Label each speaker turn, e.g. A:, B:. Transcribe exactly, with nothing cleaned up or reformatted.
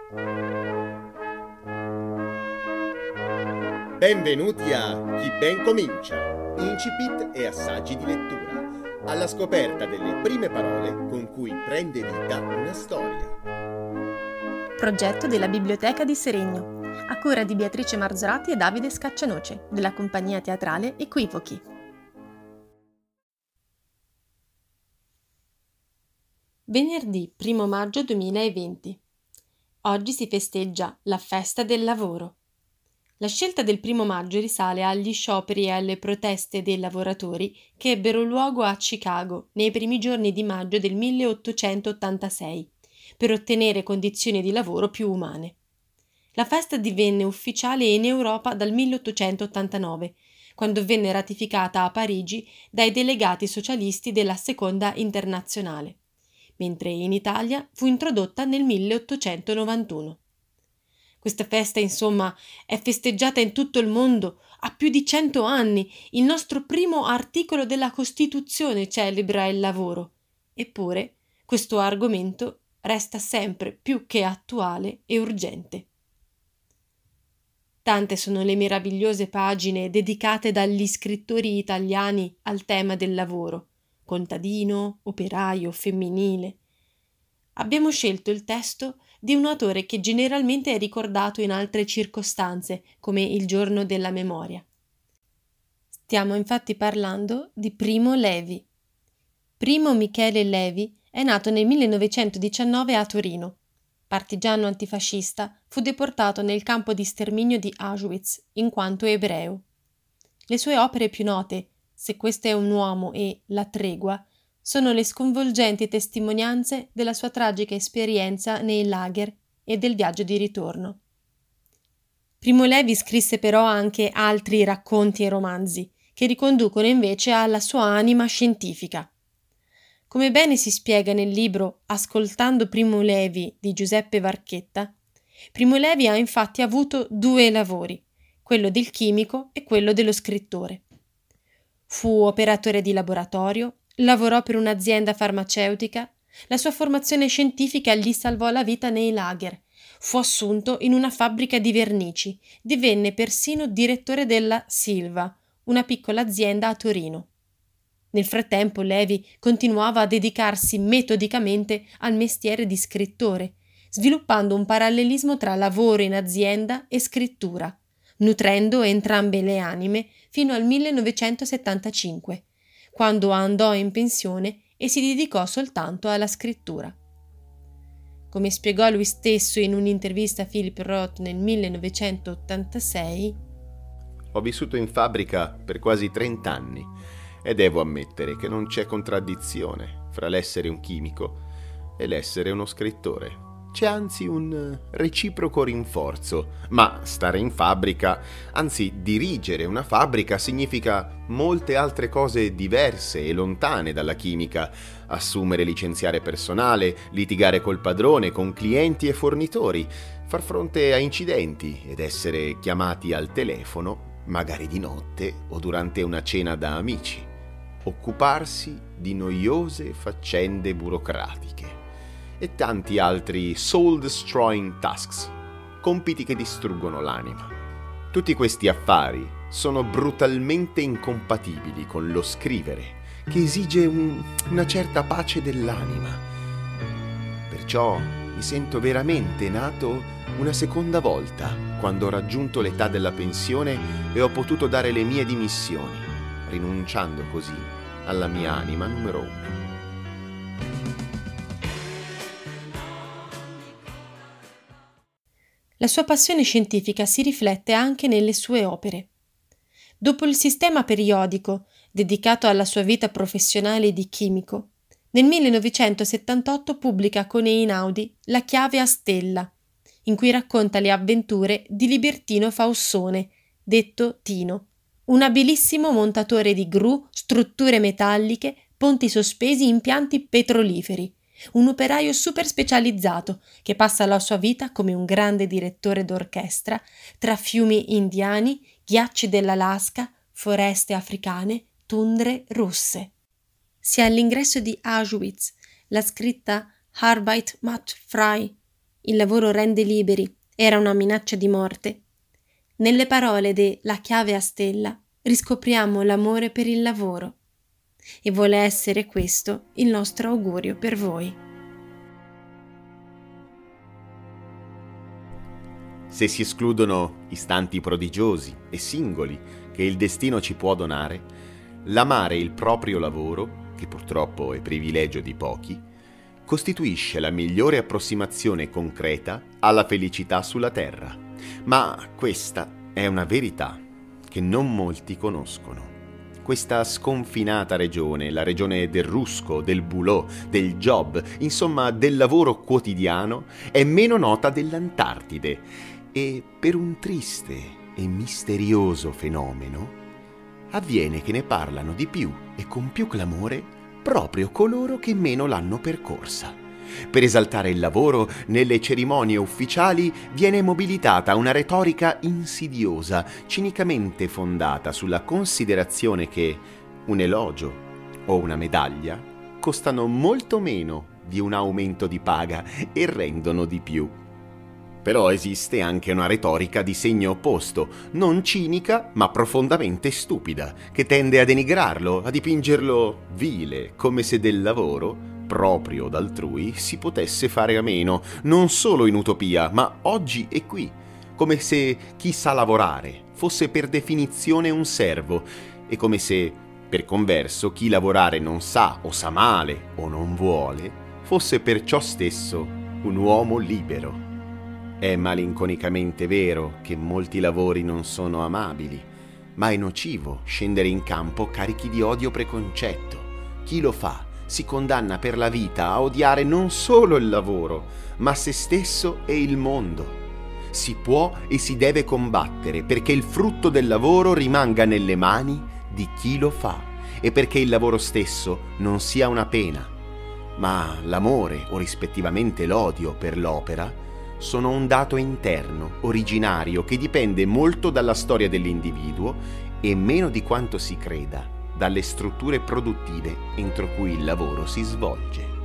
A: Benvenuti a Chi ben comincia, incipit e assaggi di lettura, alla scoperta delle prime parole con cui prende vita una storia.
B: Progetto della Biblioteca di Seregno, a cura di Beatrice Marzorati e Davide Scaccianoce, della compagnia teatrale Equivochi. Venerdì primo maggio duemilaventi. Oggi si festeggia la festa del lavoro. La scelta del primo maggio risale agli scioperi e alle proteste dei lavoratori che ebbero luogo a Chicago nei primi giorni di maggio del milleottocentottantasei per ottenere condizioni di lavoro più umane. La festa divenne ufficiale in Europa dal milleottocentottantanove, quando venne ratificata a Parigi dai delegati socialisti della Seconda Internazionale, mentre in Italia fu introdotta nel milleottocentonovantuno. Questa festa, insomma, è festeggiata in tutto il mondo, ha più di cento anni. Il nostro primo articolo della Costituzione celebra il lavoro. Eppure, questo argomento resta sempre più che attuale e urgente. Tante sono le meravigliose pagine dedicate dagli scrittori italiani al tema del lavoro, contadino, operaio, femminile. Abbiamo scelto il testo di un autore che generalmente è ricordato in altre circostanze, come il giorno della memoria. Stiamo infatti parlando di Primo Levi. Primo Michele Levi è nato nel millenovecentodiciannove a Torino. Partigiano antifascista, fu deportato nel campo di sterminio di Auschwitz in quanto ebreo. Le sue opere più note, Se questo è un uomo e La tregua, sono le sconvolgenti testimonianze della sua tragica esperienza nei lager e del viaggio di ritorno. Primo Levi scrisse però anche altri racconti e romanzi, che riconducono invece alla sua anima scientifica. Come bene si spiega nel libro Ascoltando Primo Levi di Giuseppe Varchetta, Primo Levi ha infatti avuto due lavori, quello del chimico e quello dello scrittore. Fu operatore di laboratorio, lavorò per un'azienda farmaceutica, la sua formazione scientifica gli salvò la vita nei lager, fu assunto in una fabbrica di vernici, divenne persino direttore della Silva, una piccola azienda a Torino. Nel frattempo Levi continuava a dedicarsi metodicamente al mestiere di scrittore, sviluppando un parallelismo tra lavoro in azienda e scrittura, nutrendo entrambe le anime fino al millenovecentosettantacinque, quando andò in pensione e si dedicò soltanto alla scrittura. Come spiegò lui stesso in un'intervista a Philip Roth nel millenovecentottantasei,
C: ho vissuto in fabbrica per quasi trent'anni e devo ammettere che non c'è contraddizione fra l'essere un chimico e l'essere uno scrittore. C'è anzi un reciproco rinforzo, ma stare in fabbrica, anzi dirigere una fabbrica, significa molte altre cose diverse e lontane dalla chimica: assumere e licenziare personale, litigare col padrone, con clienti e fornitori, far fronte a incidenti ed essere chiamati al telefono, magari di notte o durante una cena da amici, occuparsi di noiose faccende burocratiche e tanti altri soul-destroying tasks, compiti che distruggono l'anima. Tutti questi affari sono brutalmente incompatibili con lo scrivere, che esige un, una certa pace dell'anima. Perciò mi sento veramente nato una seconda volta, quando ho raggiunto l'età della pensione e ho potuto dare le mie dimissioni, rinunciando così alla mia anima numero uno.
B: La sua passione scientifica si riflette anche nelle sue opere. Dopo il sistema periodico, dedicato alla sua vita professionale di chimico, nel millenovecentosettantotto pubblica con Einaudi La chiave a stella, in cui racconta le avventure di Libertino Faussone, detto Tino, un abilissimo montatore di gru, strutture metalliche, ponti sospesi, impianti petroliferi, un operaio super specializzato che passa la sua vita come un grande direttore d'orchestra tra fiumi indiani, ghiacci dell'Alaska, foreste africane, tundre russe. Sia all'ingresso di Auschwitz la scritta Arbeit macht frei, il lavoro rende liberi era una minaccia di morte, nelle parole de La chiave a stella riscopriamo l'amore per il lavoro. E vuole essere questo il nostro augurio per voi.
C: Se si escludono istanti prodigiosi e singoli che il destino ci può donare, l'amare il proprio lavoro, che purtroppo è privilegio di pochi, costituisce la migliore approssimazione concreta alla felicità sulla terra. Ma questa è una verità che non molti conoscono. Questa sconfinata regione, la regione del rusco, del boulot, del job, insomma del lavoro quotidiano, è meno nota dell'Antartide e per un triste e misterioso fenomeno avviene che ne parlano di più e con più clamore proprio coloro che meno l'hanno percorsa. Per esaltare il lavoro, nelle cerimonie ufficiali viene mobilitata una retorica insidiosa, cinicamente fondata sulla considerazione che un elogio o una medaglia costano molto meno di un aumento di paga e rendono di più. Però esiste anche una retorica di segno opposto, non cinica ma profondamente stupida, che tende a denigrarlo, a dipingerlo vile, come se del lavoro proprio d'altrui si potesse fare a meno, non solo in utopia, ma oggi e qui, come se chi sa lavorare fosse per definizione un servo, e come se, per converso, chi lavorare non sa o sa male o non vuole, fosse perciò stesso un uomo libero. È malinconicamente vero che molti lavori non sono amabili, ma è nocivo scendere in campo carichi di odio preconcetto. Chi lo fa si condanna per la vita a odiare non solo il lavoro, ma se stesso e il mondo. Si può e si deve combattere perché il frutto del lavoro rimanga nelle mani di chi lo fa e perché il lavoro stesso non sia una pena, ma l'amore o rispettivamente l'odio per l'opera sono un dato interno, originario, che dipende molto dalla storia dell'individuo e meno di quanto si creda dalle strutture produttive entro cui il lavoro si svolge.